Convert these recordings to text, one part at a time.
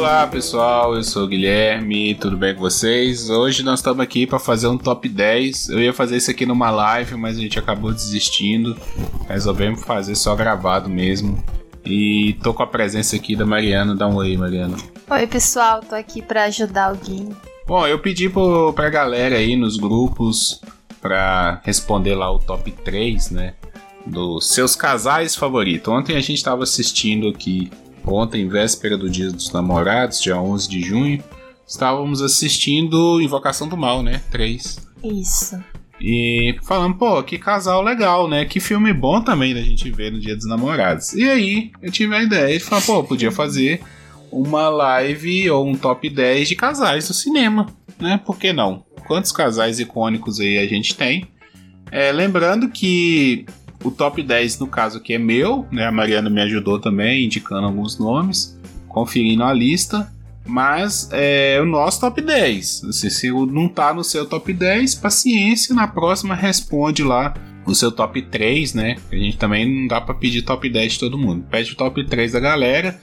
Olá pessoal, eu sou o Guilherme, tudo bem com vocês? Hoje nós estamos aqui para fazer um top 10. Eu ia fazer isso aqui numa live, mas a gente acabou desistindo. Resolvemos fazer só gravado mesmo. E tô com a presença aqui da Mariana. Dá um oi, Mariana. Oi pessoal, tô aqui para ajudar alguém. Bom, eu pedi pra galera aí nos grupos para responder lá o top 3, né? Dos seus casais favoritos. Ontem a gente tava assistindo aqui. Ontem, véspera do Dia dos Namorados, dia 11 de junho, estávamos assistindo Invocação do Mal, né? 3. Isso. E falando, pô, que casal legal, né? Que filme bom também da gente ver no Dia dos Namorados. E aí, eu tive a ideia de falar, pô, podia fazer uma live ou um top 10 de casais do cinema, né? Por que não? Quantos casais icônicos aí a gente tem? Lembrando que o top 10, no caso aqui, é meu, né? A Mariana me ajudou também, indicando alguns nomes, conferindo a lista. Mas é o nosso top 10. Assim, se não tá no seu top 10, paciência, na próxima responde lá o seu top 3, né? A gente também não dá pra pedir top 10 de todo mundo. Pede o top 3 da galera.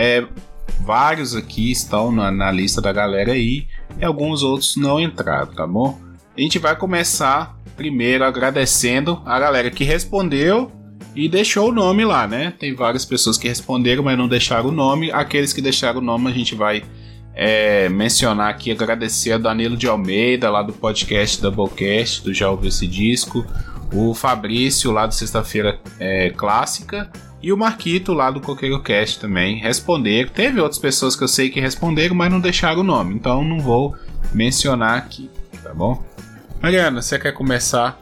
Vários aqui estão na lista da galera aí, e alguns outros não entraram, tá bom? A gente vai começar primeiro agradecendo a galera que respondeu e deixou o nome lá, né? Tem várias pessoas que responderam, mas não deixaram o nome. Aqueles que deixaram o nome a gente vai mencionar aqui, agradecer a Danilo de Almeida, lá do podcast Doublecast, do Já Ouviu Esse Disco, o Fabrício, lá do Sexta-feira Clássica, e o Marquito, lá do Coqueiro Cast também, responderam. Teve outras pessoas que eu sei que responderam, mas não deixaram o nome, então não vou mencionar aqui, tá bom? Mariana, você quer começar?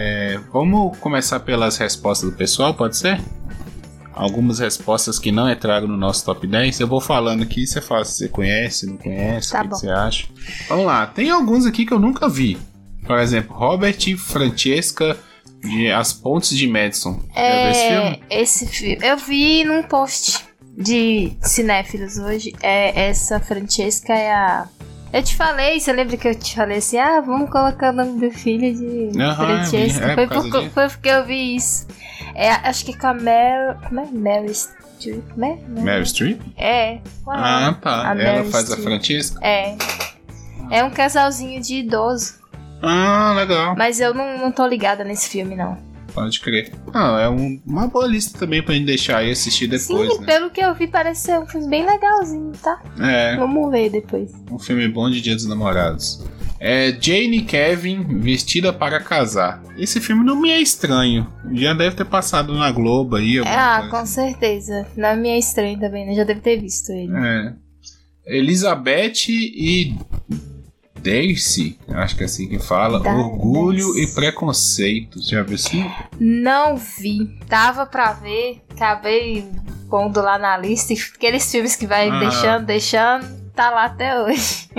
Vamos começar pelas respostas do pessoal, pode ser? Algumas respostas que não entraram no nosso top 10. Eu vou falando aqui, você fala se você conhece, não conhece, tá, o que você acha. Vamos lá, tem alguns aqui que eu nunca vi. Por exemplo, Robert e Francesca de As Pontes de Madison. Já viu esse filme? Esse filme eu vi num post de cinéfilos hoje. Essa Francesca é a... Eu te falei, você lembra que eu te falei assim, vamos colocar o nome do filho de Francesca? Foi porque eu vi isso. Acho que com a Meryl Streep. Meryl Streep? Tá. Ela faz a Francesca? É um casalzinho de idoso. Legal. Mas eu não tô ligada nesse filme, não. Pode crer. É uma boa lista também pra gente deixar e assistir depois. Sim, né? Pelo que eu vi, parece ser um filme bem legalzinho, tá? Vamos ver depois. Um filme bom de Dia dos Namorados. Jane e Kevin vestida para casar. Esse filme não me é estranho. Já deve ter passado na Globo aí. Com certeza. Não me é estranho também, né? Já deve ter visto ele. Elizabeth e Darcy, acho que é assim que fala. Orgulho e Preconceito. Já viu assim? Não vi. Tava pra ver. Acabei pondo lá na lista. Aqueles filmes que vai deixando. Tá lá até hoje.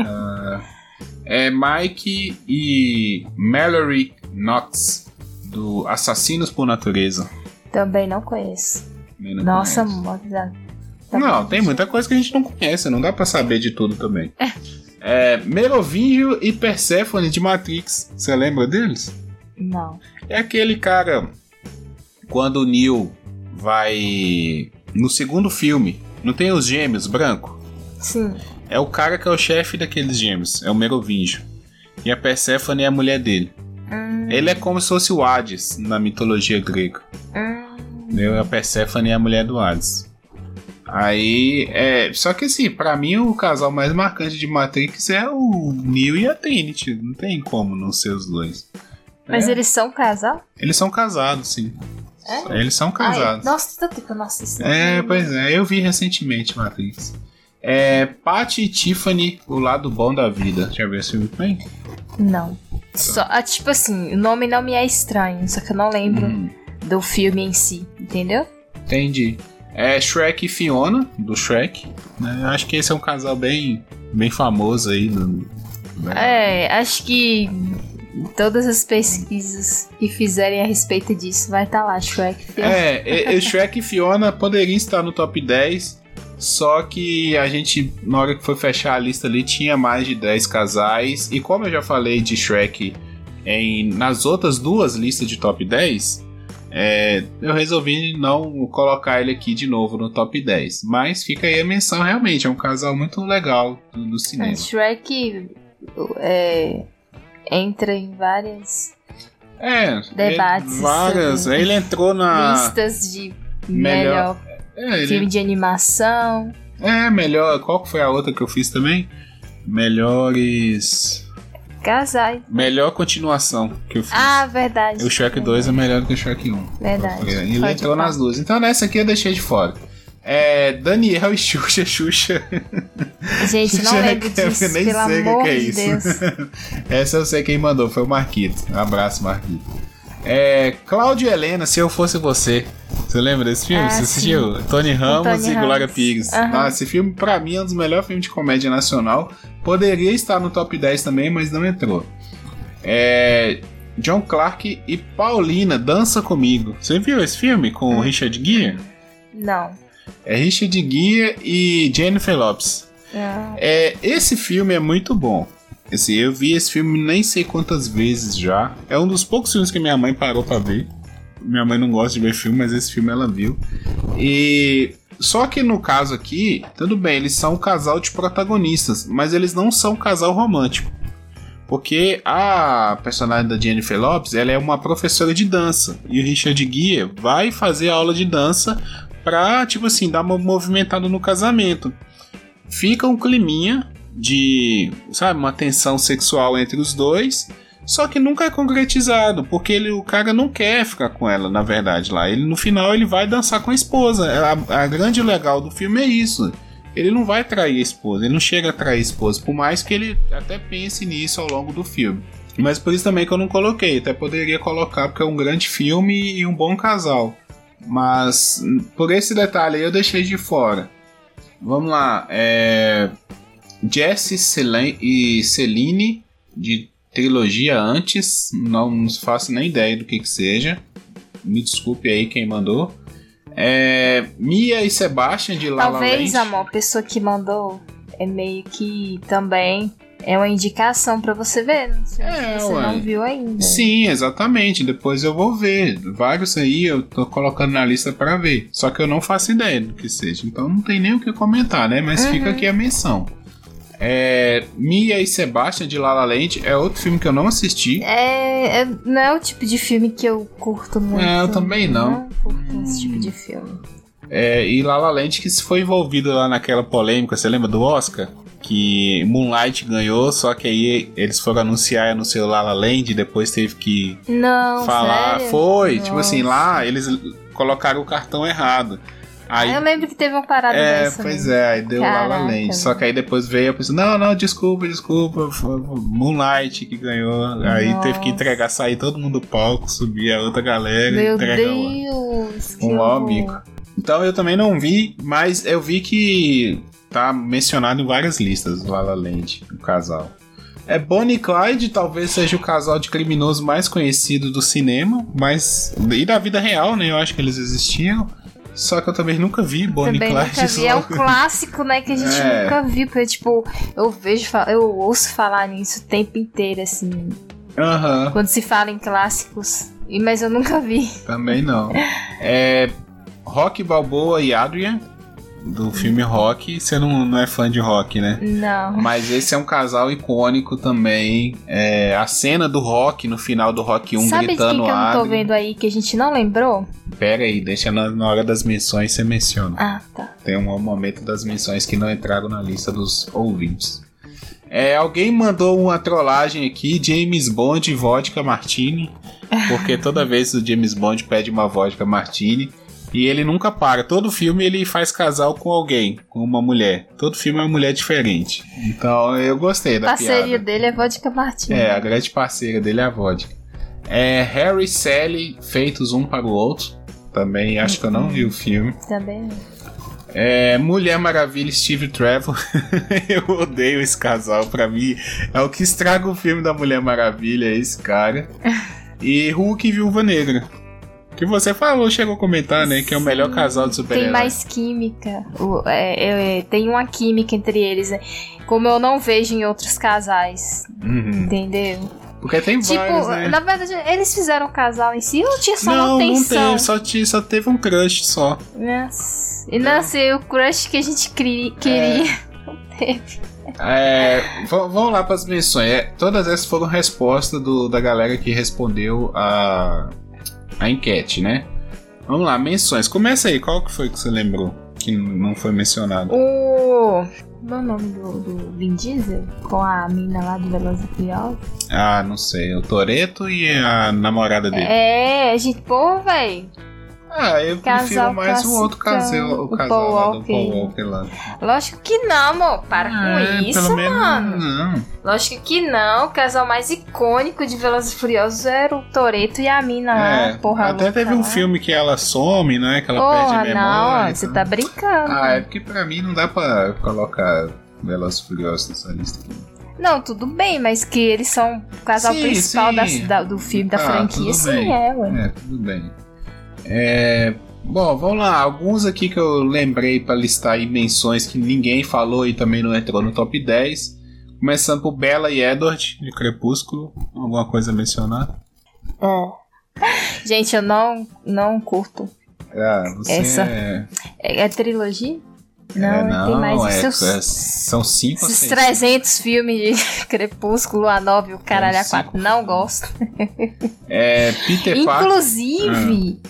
Mike e Mallory Knox do Assassinos por Natureza. Também não conheço. Nossa, moda. Não, tem muita coisa que a gente não conhece. Não dá pra saber de tudo também. Merovingio e Perséfone de Matrix. Você lembra deles? Não. É aquele cara, quando o Neo vai no segundo filme, não tem os gêmeos branco? Sim. É o cara que é o chefe daqueles gêmeos. É o Merovingio. E a Perséfone é a mulher dele. Ele é como se fosse o Hades na mitologia grega. A Perséfone é a mulher do Hades. Aí, só que assim, pra mim o casal mais marcante de Matrix é o Neo e a Trinity. Não tem como não ser os dois. Mas eles são casal? Eles são casados, sim. Eles são casados. Nossa, tanto que eu não assisto. Pois é, eu vi recentemente Matrix. Patty e Tiffany, O Lado Bom da Vida. Já viu esse filme também? Não. Só, tipo assim, o nome não me é estranho, só que eu não lembro do filme em si, entendeu? Entendi. Shrek e Fiona, do Shrek. Acho que esse é um casal bem famoso aí. Acho que todas as pesquisas que fizerem a respeito disso vai estar lá, Shrek e Fiona. Shrek e Fiona poderia estar no top 10, só que a gente, na hora que foi fechar a lista ali, tinha mais de 10 casais. E como eu já falei de Shrek nas outras duas listas de top 10, eu resolvi não colocar ele aqui de novo no top 10. Mas fica aí a menção, realmente, é um casal muito legal do cinema. Shrek entra em várias debates. Ele entrou na listas de melhor filme de animação. Melhor. Qual que foi a outra que eu fiz também? Melhores. Casais. Melhor continuação que eu fiz. Verdade. O Shrek 2 é melhor do que o Shrek 1. Verdade. Ele entrou nas duas. Então nessa aqui eu deixei de fora. Daniel e Xuxa. Gente, não lembro disso, nem pelo sei amor que é de isso. Deus. Essa eu sei quem mandou, foi o Marquito. Abraço, Marquito. Cláudia e Helena, Se Eu Fosse Você. Você lembra desse filme? Você assistiu? Tony Ramos e Glória Pires. Esse filme, pra mim, é um dos melhores filmes de comédia nacional. Poderia estar no top 10 também, mas não entrou. John Clark e Paulina, Dança Comigo. Você viu esse filme com o Richard Gere? Não. É Richard Gere e Jennifer Lopez. Esse filme é muito bom. Assim, eu vi esse filme nem sei quantas vezes já. É um dos poucos filmes que minha mãe parou pra ver. Minha mãe não gosta de ver filme, mas esse filme ela viu. Só que no caso aqui, tudo bem, eles são um casal de protagonistas, mas eles não são um casal romântico. Porque a personagem da Jennifer Lopez, ela é uma professora de dança. E o Richard Gere vai fazer aula de dança pra, tipo assim, dar uma movimentada no casamento. Fica um climinha de, sabe, uma tensão sexual entre os dois, só que nunca é concretizado, porque o cara não quer ficar com ela, na verdade, lá. No final ele vai dançar com a esposa. A grande legal do filme é isso. Ele não vai trair a esposa, ele não chega a trair a esposa, por mais que ele até pense nisso ao longo do filme. Mas por isso também que eu não coloquei, até poderia colocar, porque é um grande filme e um bom casal. Mas por esse detalhe aí eu deixei de fora. Vamos lá, Jesse e Celine, de trilogia Antes, não faço nem ideia do que seja, me desculpe aí quem mandou. Mia e Sebastian, de La La Land. Talvez, amor, a pessoa que mandou é meio que também é uma indicação pra você ver, não sei se você não viu ainda. Sim, exatamente, depois eu vou ver. Vários aí eu tô colocando na lista pra ver, só que eu não faço ideia do que seja, então não tem nem o que comentar, né? Mas fica aqui a menção. Mia e Sebastian, de La La Land, é outro filme que eu não assisti. Não é o tipo de filme que eu curto muito. Eu também não. Não curto esse tipo de filme. E La La Land que se foi envolvido lá naquela polêmica, você lembra do Oscar? Que Moonlight ganhou, só que aí eles foram anunciar no seu La La Land e depois teve que falar. Sério? Foi, Nossa. tipo assim, lá eles colocaram o cartão errado. Aí, eu lembro que teve uma parada dessa. Pois aí deu La La Land. Só que aí depois veio a pessoa, não, desculpa, foi Moonlight que ganhou. Aí teve que sair todo mundo do palco, subir a outra galera e entregar um maior mico. Então eu também não vi, mas eu vi que tá mencionado em várias listas La La Land, o casal. Bonnie e Clyde talvez seja o casal de criminoso mais conhecido do cinema, mas e da vida real, né? Eu acho que eles existiam. Só que eu também nunca vi Bonnie e Clyde. Nunca vi. É um clássico, né, que a gente nunca viu. Porque, tipo, eu ouço falar nisso o tempo inteiro, assim. Quando se fala em clássicos. Mas eu nunca vi. Também não. Rocky Balboa e Adrian, do filme Rocky. Você não é fã de Rocky, né? Não. Mas esse é um casal icônico também. A cena do Rocky, no final do Rocky 1, sabe gritando Adrian. Sabe de que eu não tô Adrian. vendo aí, que a gente não lembrou? Pera aí, deixa na hora das menções você menciona. Tá. Tem um momento das menções que não entraram na lista dos ouvintes. Alguém mandou uma trollagem aqui, James Bond e vodka martini, porque toda vez o James Bond pede uma vodka martini e ele nunca para. Todo filme ele faz casal com alguém, com uma mulher. Todo filme é uma mulher diferente. Então eu gostei da piada. A parceria dele é vodka martini. A grande parceira dele é a vodka. Harry e Sally feitos um para o outro. Também acho que eu não vi o filme. Também não. Mulher Maravilha e Steve Trevor. Eu odeio esse casal. Pra mim é o que estraga o filme da Mulher Maravilha, esse cara. E Hulk e Viúva Negra, que você falou, chegou a comentar, né? Que é o melhor casal de super-herói. Tem mais química. Tem uma química entre eles, né? Como eu não vejo em outros casais. Entendeu? Porque tem vários, né? Na verdade, eles fizeram o casal em si ou tinha só uma tensão? Não teve, só teve um crush só. Nossa. E não sei, o crush que a gente queria não teve. Vamos lá para as menções. Todas essas foram respostas da galera que respondeu a enquete, né? Vamos lá, menções. Começa aí, qual que foi que você lembrou que não foi mencionado? Qual é o nome do Vin Diesel? Com a mina lá do Velozes e Furiosos? Ah, não sei. O Toretto e a namorada dele. Gente, pô, véi. Eu prefiro mais o outro casal, o casal lá do Paul Walker lá. Lógico que não, amor. Para com isso, pelo menos mano. Não. Lógico que não. O casal mais icônico de Velozes e Furiosos era o Toretto e a mina lá, porra. Até teve um filme que ela some, né? Que ela perde a memória. Não, você tá brincando. É porque pra mim não dá pra colocar Velozes e Furiosos nessa lista aqui. Não, tudo bem, mas que eles são o casal principal do filme, da franquia, sim, ué. Tudo bem. Bom, vamos lá. Alguns aqui que eu lembrei pra listar aí menções que ninguém falou e também não entrou no top 10. Começando por Bella e Edward, de Crepúsculo. Alguma coisa a mencionar? Gente, eu não curto. Você essa. É trilogia? Não, tem mais. São 5 ou 6. Esses 300 filmes de Crepúsculo, a 9 e o caralho a 4. Não gosto. Peter Parker. Inclusive,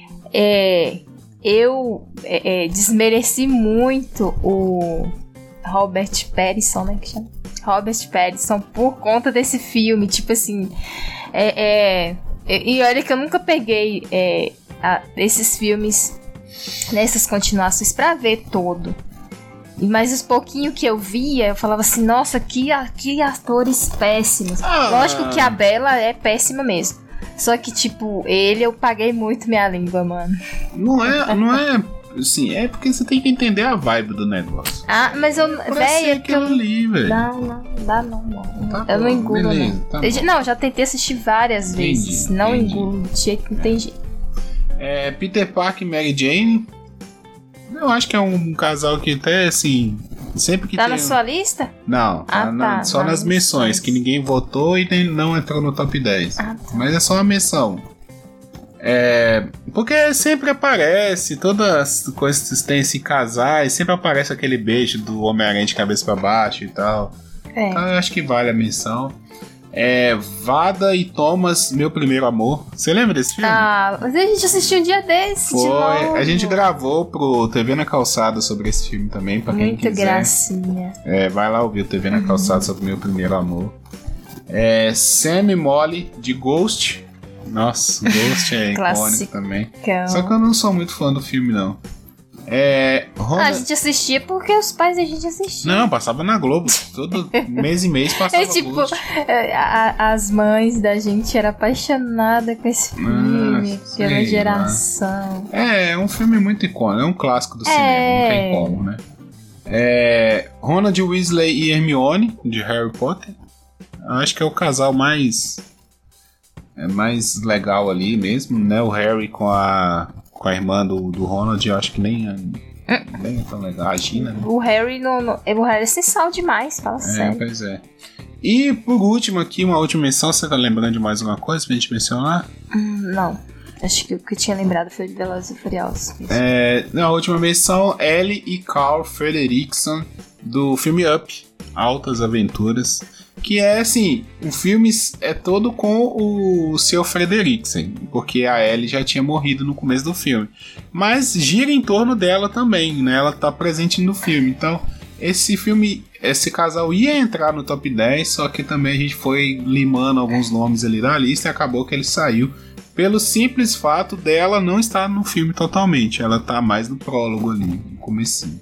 eu desmereci muito o Robert Pattinson, né? Que chama? Robert Pattinson por conta desse filme. Tipo assim. E olha que eu nunca peguei esses filmes nessas continuações pra ver todo. Mas os pouquinhos que eu via, eu falava assim, nossa, que atores péssimos. Lógico que a Bella é péssima mesmo. Só que, tipo, eu paguei muito minha língua, mano. Não é assim, é porque você tem que entender a vibe do negócio. Mas eu... Véi, é que eu li, velho. Não dá não. Tá eu bom, não engulo, beleza, não. Tá Não, já tentei assistir várias vezes. Não engulo, de jeito que não tem jeito. Peter Parker e Mary Jane. Eu acho que é um casal que até, assim... Sempre que tá na sua lista? Não, só nas menções, que ninguém votou e não entrou no top 10. Tá. Mas é só uma menção. Porque sempre aparece, todas as coisas que tem esse casais, sempre aparece aquele beijo do Homem-Aranha de cabeça pra baixo e tal. Então eu acho que vale a menção. Vada e Thomas, Meu Primeiro Amor. Você lembra desse filme? Mas a gente assistiu um dia desse. Foi, a gente gravou pro TV na Calçada sobre esse filme também, pra quem quiser. Muito gracinha. Vai lá ouvir o TV na Calçada sobre Meu Primeiro Amor. Sam e Molly, de Ghost. Nossa, Ghost é icônico também. Só que eu não sou muito fã do filme, não. A gente assistia porque os pais da gente assistiam. Não, passava na Globo. Todo mês e mês passava Ghost. As mães da gente eram apaixonadas com esse filme, pela geração. É um filme muito icônico, é um clássico do cinema, não tem como, né? Ronald Weasley e Hermione, de Harry Potter. Acho que é o casal mais legal ali mesmo, né? O Harry com a irmã do Ronald, eu acho que nem é tão legal. A Gina, né? O Harry é sensual demais, fala sério. Pois é. E por último aqui, uma última menção. Você tá lembrando de mais alguma coisa pra gente mencionar? Não. Acho que o que eu tinha lembrado foi de Velozes e Furiosos. A última menção, Ellie e Carl Fredrickson, do filme Up, Altas Aventuras. Que é assim, o filme é todo com o Seu Frederiksen, porque a Ellie já tinha morrido no começo do filme. Mas gira em torno dela também, né? Ela tá presente no filme. Então, esse casal ia entrar no top 10, só que também a gente foi limando alguns nomes ali da lista e acabou que ele saiu. Pelo simples fato dela não estar no filme totalmente. Ela tá mais no prólogo ali, no comecinho.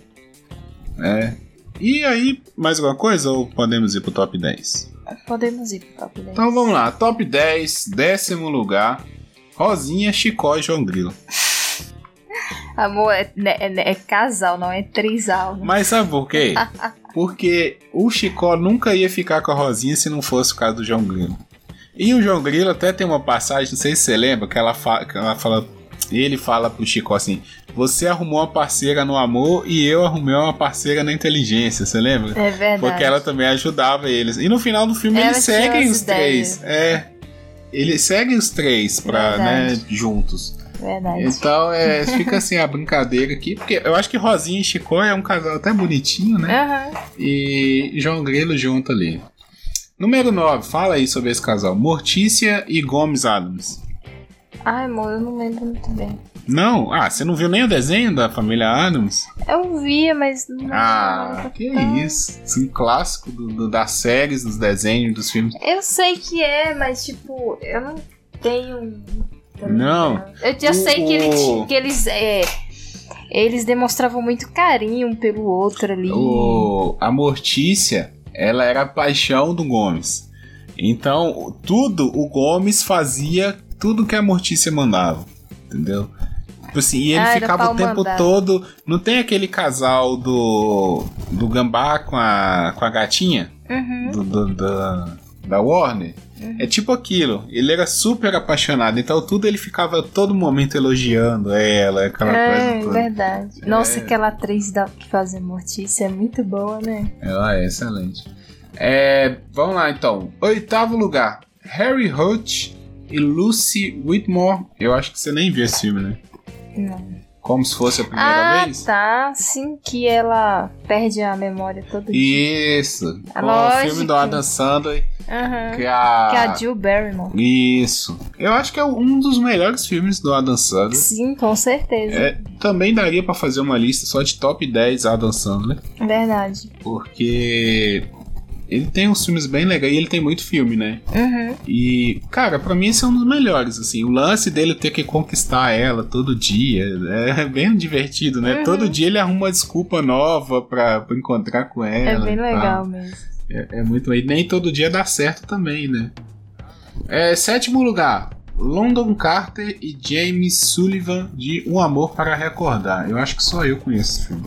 E aí, mais alguma coisa ou podemos ir pro top 10? Podemos ir pro top 10. Então vamos lá, top 10, 10º lugar, Rosinha, Chicó e João Grilo. Amor, é casal, não é trisal. Né? Mas sabe por quê? Porque o Chicó nunca ia ficar com a Rosinha se não fosse o caso do João Grilo. E o João Grilo até tem uma passagem, não sei se você lembra, que ela fala ele fala pro Chico assim: você arrumou uma parceira no amor e eu arrumei uma parceira na inteligência, você lembra? É verdade. Porque ela também ajudava eles. E no final do filme eles seguem os três. Eles seguem os três né, juntos. Verdade. Então fica assim a brincadeira aqui, porque eu acho que Rosinha e Chico é um casal até bonitinho, né? E João Grilo junto ali. Número 9, fala aí sobre esse casal. Mortícia e Gomes Adams. Ai, amor, eu não lembro muito bem. Não? Ah, você não viu nem o desenho da família Adams? Eu via, mas não. Que isso? Um clássico das séries, dos desenhos, dos filmes. Eu sei que é, mas tipo, eu não tenho. Não. Eu já sei que eles demonstravam muito carinho um pelo outro ali. A Mortícia, ela era a paixão do Gomes. Então, o Gomes fazia tudo que a Mortícia mandava, entendeu? Tipo assim, e ele ficava o tempo todo... Não tem aquele casal do Gambá com a gatinha? Da Warner? É tipo aquilo. Ele era super apaixonado, então tudo ele ficava a todo momento elogiando ela, aquela coisa toda. Verdade. Nossa, aquela atriz que fazia Mortícia é muito boa, né? Ela é excelente. Vamos lá então. 8º lugar, Harry Holt e Lucy Whitmore. Eu acho que você nem viu esse filme, né? Não. Como se fosse a primeira vez? Tá, sim, que ela perde a memória todo dia. Isso. O filme do Adam Sandler. Que é a Jill Barrymore. Isso. Eu acho que é um dos melhores filmes do Adam Sandler. Sim, com certeza. Também daria pra fazer uma lista só de top 10 Adam Sandler. Verdade. Porque ele tem uns filmes bem legais e ele tem muito filme, né? E, cara, pra mim esse é um dos melhores, assim. O lance dele ter que conquistar ela todo dia é bem divertido, né? Todo dia ele arruma uma desculpa nova pra encontrar com ela. É bem legal mesmo. É muito... E nem todo dia dá certo também, né? 7º lugar, London Carter e James Sullivan de Um Amor para Recordar. Eu acho que só eu conheço esse filme.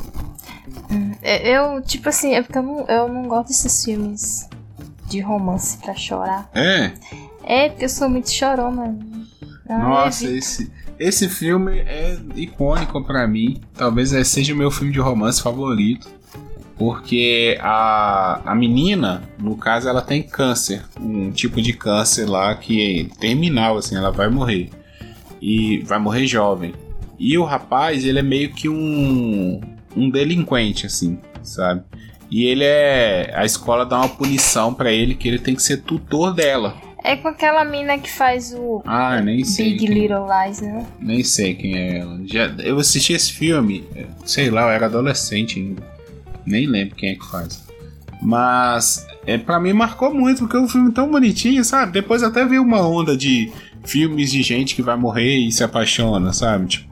Eu, tipo assim, é porque eu não gosto desses filmes de romance pra chorar. Porque eu sou muito chorona. Nossa, esse filme é icônico pra mim. Talvez seja o meu filme de romance favorito. Porque a menina, no caso, ela tem câncer. Um tipo de câncer lá que é terminal, assim, ela vai morrer. E vai morrer jovem. E o rapaz, ele é meio que um delinquente, assim, sabe? E a escola dá uma punição pra ele que ele tem que ser tutor dela. É com aquela mina que faz o nem sei Big Little Lies, né? Nem sei quem é ela. Eu assisti esse filme, sei lá, eu era adolescente ainda. Nem lembro quem é que faz. Mas pra mim marcou muito, porque é um filme tão bonitinho, sabe? Depois até veio uma onda de filmes de gente que vai morrer e se apaixona, sabe? Tipo,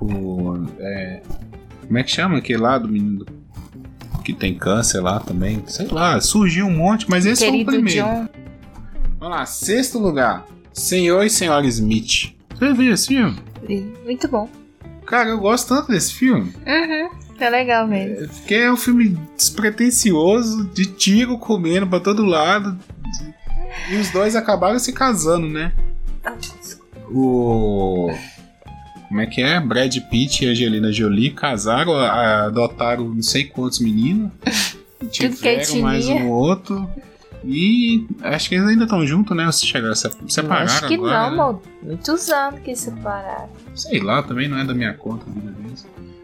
como é que chama aquele lá do menino que tem câncer lá também? Sei lá, surgiu um monte, mas esse foi o primeiro. John. Vamos lá, 6º lugar, Senhor e Senhora Smith. Você viu esse filme? Muito bom. Cara, eu gosto tanto desse filme. É legal mesmo. Porque é um filme despretensioso, de tiro comendo pra todo lado. E os dois acabaram se casando, né? Como é que é? Brad Pitt e Angelina Jolie casaram, adotaram não sei quantos meninos. Tiveram mais um outro. E acho que eles ainda estão juntos, né? Ou se chegaram a separar. Acho que agora, não, mano. Muitos anos que separaram. Sei lá, também não é da minha conta a vida deles.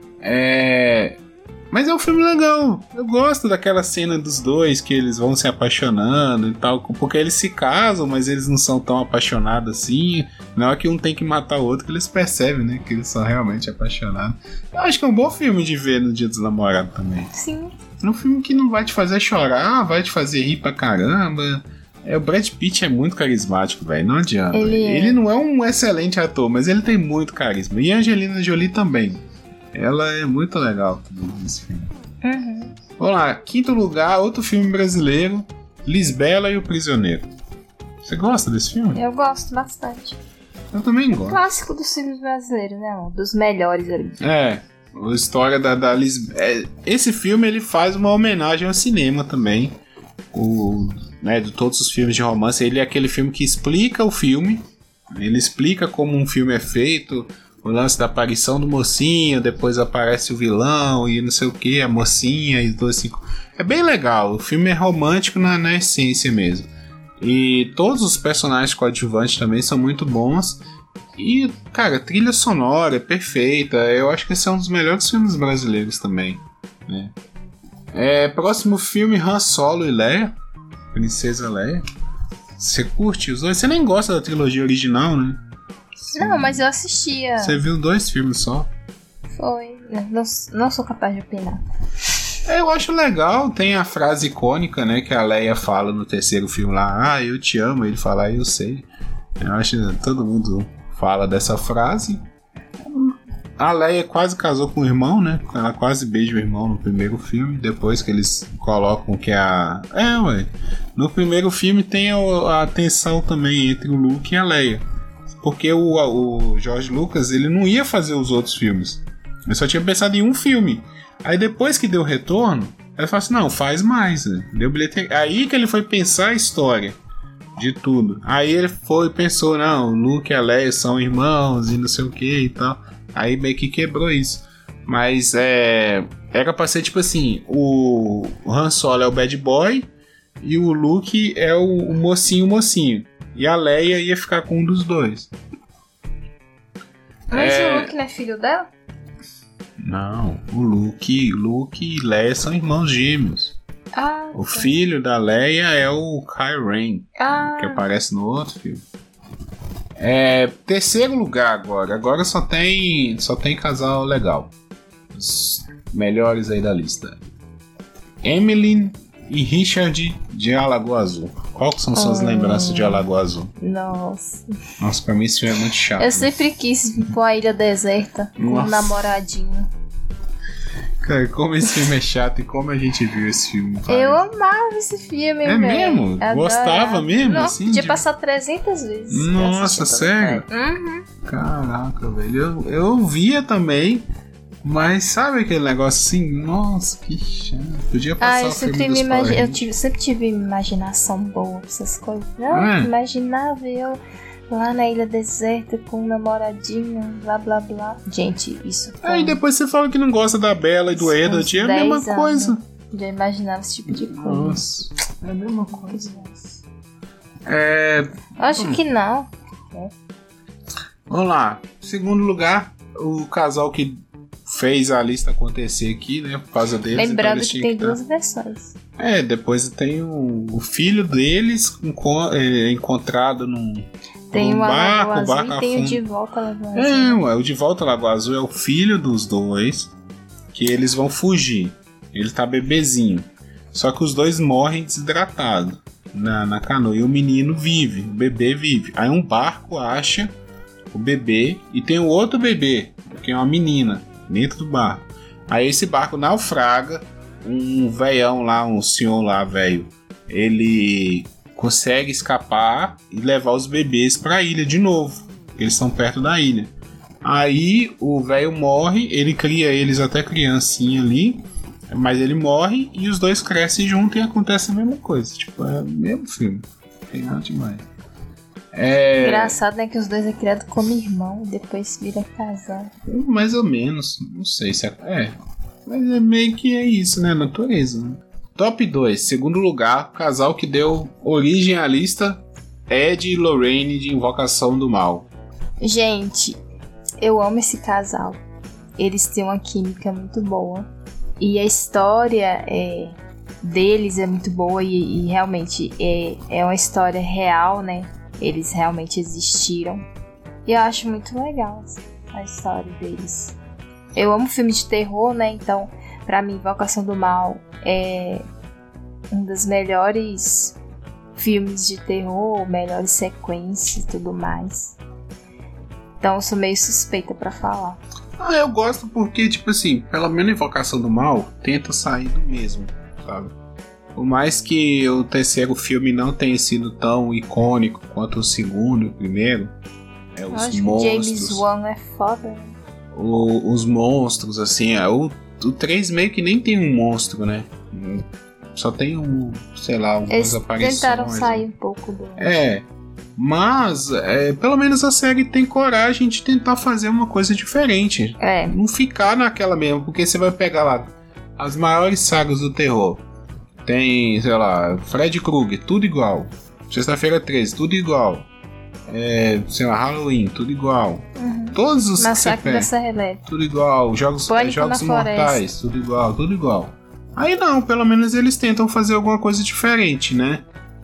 Mas é um filme legal. Eu gosto daquela cena dos dois que eles vão se apaixonando e tal. Porque eles se casam, mas eles não são tão apaixonados assim. Não é que um tem que matar o outro, que eles percebem, né? Que eles são realmente apaixonados. Eu acho que é um bom filme de ver no Dia dos Namorados também. Sim. É um filme que não vai te fazer chorar, vai te fazer rir pra caramba. O Brad Pitt é muito carismático, velho. Não adianta. Ele não é um excelente ator, mas ele tem muito carisma. E a Angelina Jolie também. Ela é muito legal nesse filme. Vamos lá, 5º lugar, outro filme brasileiro, Lisbela e o Prisioneiro. Você gosta desse filme? Eu gosto bastante. Eu também gosto. Clássico dos filmes brasileiros, né? Dos melhores ali. A história da Lisbela. Esse filme ele faz uma homenagem ao cinema também. De todos os filmes de romance, ele é aquele filme que explica o filme. Ele explica como um filme é feito. o lance da aparição do mocinho, depois aparece o vilão e não sei o que, a mocinha e tudo assim. É bem legal, o filme é romântico na essência mesmo. E todos os personagens coadjuvantes também são muito bons. E, cara, a trilha sonora é perfeita. Eu acho que esse é um dos melhores filmes brasileiros também, né? Próximo filme, Han Solo e Leia, Princesa Leia. Você curte os dois? Você nem gosta da trilogia original, né? Não, mas eu assistia. Você viu 2 filmes só? Foi. Não sou capaz de opinar. Eu acho legal, tem a frase icônica, né, que a Leia fala no 3º filme lá, eu te amo, ele fala, eu sei. Eu acho que todo mundo fala dessa frase. A Leia quase casou com o irmão, né, ela quase beija o irmão no primeiro filme, depois que eles colocam que no primeiro filme tem a tensão também entre o Luke e a Leia, porque o George Lucas, ele não ia fazer os outros filmes, ele só tinha pensado em um filme. Aí depois que deu retorno, ele falou assim, não, faz mais, né? Deu bilheteria. Aí que ele foi pensar a história de tudo. Aí ele pensou, não, o Luke e a Leia são irmãos e não sei o que e tal. Aí meio que quebrou isso. Mas era pra ser tipo assim, o Han Solo é o bad boy e o Luke é o mocinho. E a Leia ia ficar com um dos dois. Mas o Luke não é filho dela? Não, o Luke e Leia são irmãos gêmeos. O filho da Leia é o Kylo Ren, que aparece no outro filme. Terceiro lugar agora só tem casal legal. Os melhores aí da lista. Emily e Richard de Alagoa Azul. Qual que são suas lembranças de Alagoa Azul? Nossa, pra mim esse filme é muito chato. Eu sempre quis ir pra uma ilha deserta com um namoradinho. Cara, como esse filme é chato e como a gente viu esse filme. Eu amava esse filme, velho. Mesmo? Gostava mesmo? Não, assim, podia passar 300 vezes. Nossa, sério? Uhum. Caraca, velho. Eu via também, mas sabe aquele negócio assim? Nossa, que chato. Podia passar o filme dos Power Rangers. Eu sempre tive imaginação boa pra essas coisas. Eu imaginava eu lá na ilha deserta com um namoradinho, blá blá blá. Gente, isso. Aí depois você fala que não gosta da Bella e do Edward, é a mesma coisa. Já imaginava esse tipo de coisa. Nossa, é a mesma coisa. Acho que não. Vamos lá. Segundo lugar, o casal que fez a lista acontecer aqui, né? Por causa deles. Lembrando então que tem 2 versões. Depois tem o filho deles encontrado num. Tem o barco Azul e tem o De Volta à Lagoa Azul. O De Volta à Lagoa Azul é o filho dos dois, que eles vão fugir. Ele tá bebezinho. Só que os dois morrem desidratados na canoa. E o menino vive, o bebê vive. Aí um barco acha o bebê e tem o outro bebê, que é uma menina, dentro do barco. Aí esse barco naufraga, um velhão lá, um senhor lá, velho, ele consegue escapar e levar os bebês pra ilha de novo. Eles estão perto da ilha. Aí o velho morre, ele cria eles até criancinha ali, mas ele morre e os dois crescem juntos e acontece a mesma coisa. Tipo, é o mesmo filme. Tem nada demais. Engraçado, né? Que os dois é criado como irmão e depois vira casal. Mais ou menos. Não sei se é. Mas é meio que é isso, né? Natureza, né? Top 2, segundo lugar, o casal que deu origem à lista, Ed e Lorraine de Invocação do Mal. Gente, eu amo esse casal. Eles têm uma química muito boa. E a história deles é muito boa e realmente é uma história real, né? Eles realmente existiram. E eu acho muito legal a história deles. Eu amo filme de terror, né? Então, pra mim, Invocação do Mal é um dos melhores filmes de terror, melhores sequências e tudo mais. Então eu sou meio suspeita pra falar. Eu gosto porque, tipo assim, pelo menos Invocação do Mal tenta sair do mesmo, sabe? Por mais que o terceiro filme não tenha sido tão icônico quanto o segundo e o primeiro, os monstros. James Wan é foda. Os monstros, assim, o 3 meio que nem tem um monstro, né? Só tem sei lá, algumas aparições. Tentaram sair um pouco do... Mas, pelo menos a série tem coragem de tentar fazer uma coisa diferente. Não ficar naquela mesma, porque você vai pegar lá as maiores sagas do terror. Tem, sei lá, Freddy Krueger, tudo igual. Sexta-feira 13, tudo igual. Sei lá, Halloween, tudo igual. Todos os Massacre da Serra Elétrica, tudo igual. Jogos Mortais, tudo igual, tudo igual. Aí não, pelo menos eles tentam fazer alguma coisa diferente, né?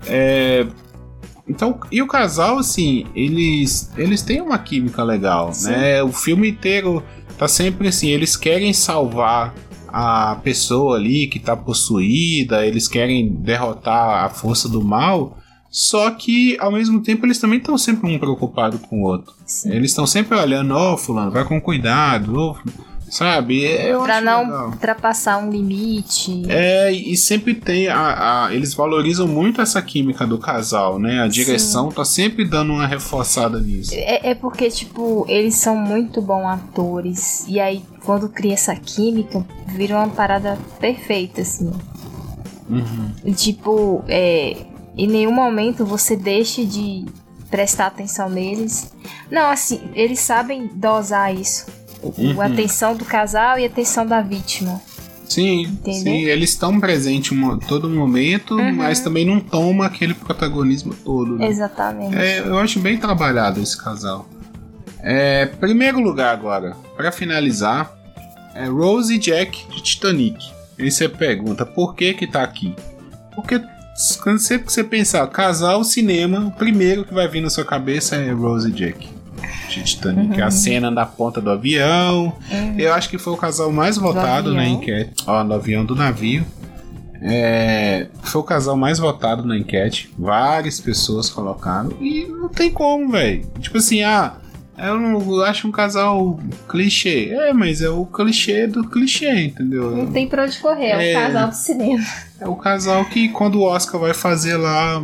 Então, e o casal, assim, eles têm uma química legal, né? O filme inteiro tá sempre assim, eles querem salvar a pessoa ali que tá possuída, eles querem derrotar a força do mal, só que ao mesmo tempo eles também estão sempre um preocupado com o outro. Sim. Eles estão sempre olhando, fulano, vai com cuidado, sabe? Pra não ultrapassar um limite. E sempre tem eles valorizam muito essa química do casal, né? A direção tá sempre dando uma reforçada nisso. Porque, tipo, eles são muito bons atores. E aí, quando cria essa química, vira uma parada perfeita, assim. E, tipo, em nenhum momento você deixa de prestar atenção neles. Não, assim, eles sabem dosar isso. A atenção do casal e a atenção da vítima. Sim, eles estão presentes todo momento, mas também não tomam aquele protagonismo todo, né? Exatamente. Eu acho bem trabalhado esse casal. Primeiro lugar agora, pra finalizar, Rose e Jack de Titanic. Aí você pergunta, por que tá aqui? Porque quando você pensar casal, cinema, o primeiro que vai vir na sua cabeça é Rose e Jack de Titanic. A cena da ponta do avião. Eu acho que foi o casal mais votado na enquete. No avião do navio. Foi o casal mais votado na enquete. Várias pessoas colocaram. E não tem como, velho. Tipo assim, eu não acho um casal clichê. Mas é o clichê do clichê, entendeu? Não tem pra onde correr, é o casal do cinema. É o casal que quando o Oscar vai fazer lá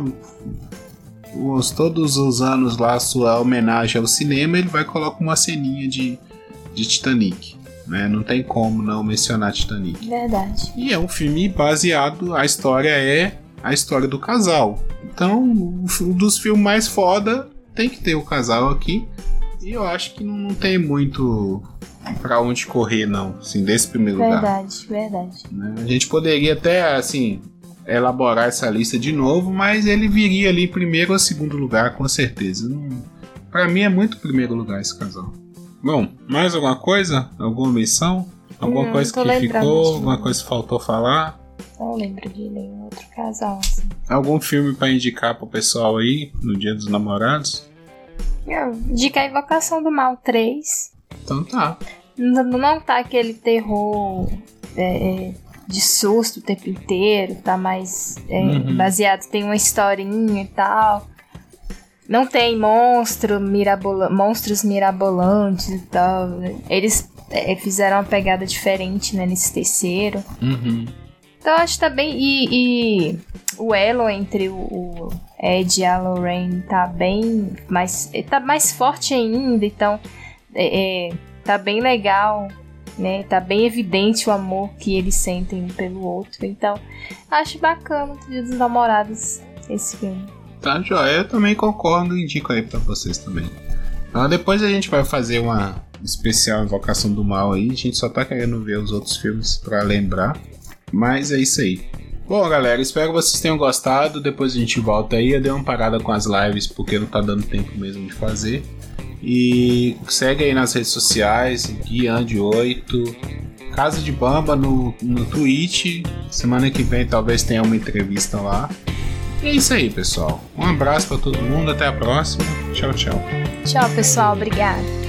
todos os anos lá a sua homenagem ao cinema, ele vai colocar uma ceninha de Titanic, né? Não tem como não mencionar Titanic. Verdade. E é um filme baseado, a história é a história do casal. Então, um dos filmes mais foda tem que ter o casal aqui. E eu acho que não tem muito pra onde correr, não, assim, desse primeiro lugar. Verdade. Né? A gente poderia até, assim, elaborar essa lista de novo, mas ele viria ali primeiro ou segundo lugar, com certeza. Pra mim é muito primeiro lugar esse casal. Bom, mais alguma coisa? Alguma omissão? Alguma coisa que ficou? Alguma coisa que faltou falar? Não lembro de nenhum outro casal, assim. Algum filme pra indicar pro pessoal aí, no Dia dos Namorados? Indica a Invocação do Mal 3. Então tá. Não tá aquele terror de susto o tempo inteiro, tá mais baseado, tem uma historinha e tal. Não tem monstros mirabolantes e tal. Eles fizeram uma pegada diferente, né, nesse terceiro. Então acho que tá bem. E o elo entre o Ed e a Lorraine tá bem mais. Tá mais forte ainda, então tá bem legal, né? Tá bem evidente o amor que eles sentem um pelo outro. Então acho bacana o Dia dos Namorados esse filme. Tá, joia, eu também concordo e indico aí pra vocês também. Então, depois a gente vai fazer uma especial Invocação do Mal aí. A gente só tá querendo ver os outros filmes pra lembrar. Mas é isso aí. Bom, galera, espero que vocês tenham gostado. Depois a gente volta aí. Eu dei uma parada com as lives porque não tá dando tempo mesmo de fazer. E segue aí nas redes sociais, Gui_8, Casa de Bamba no Twitch. Semana que vem talvez tenha uma entrevista lá. E é isso aí, pessoal. Um abraço pra todo mundo, até a próxima. Tchau, tchau. Tchau, pessoal, obrigada.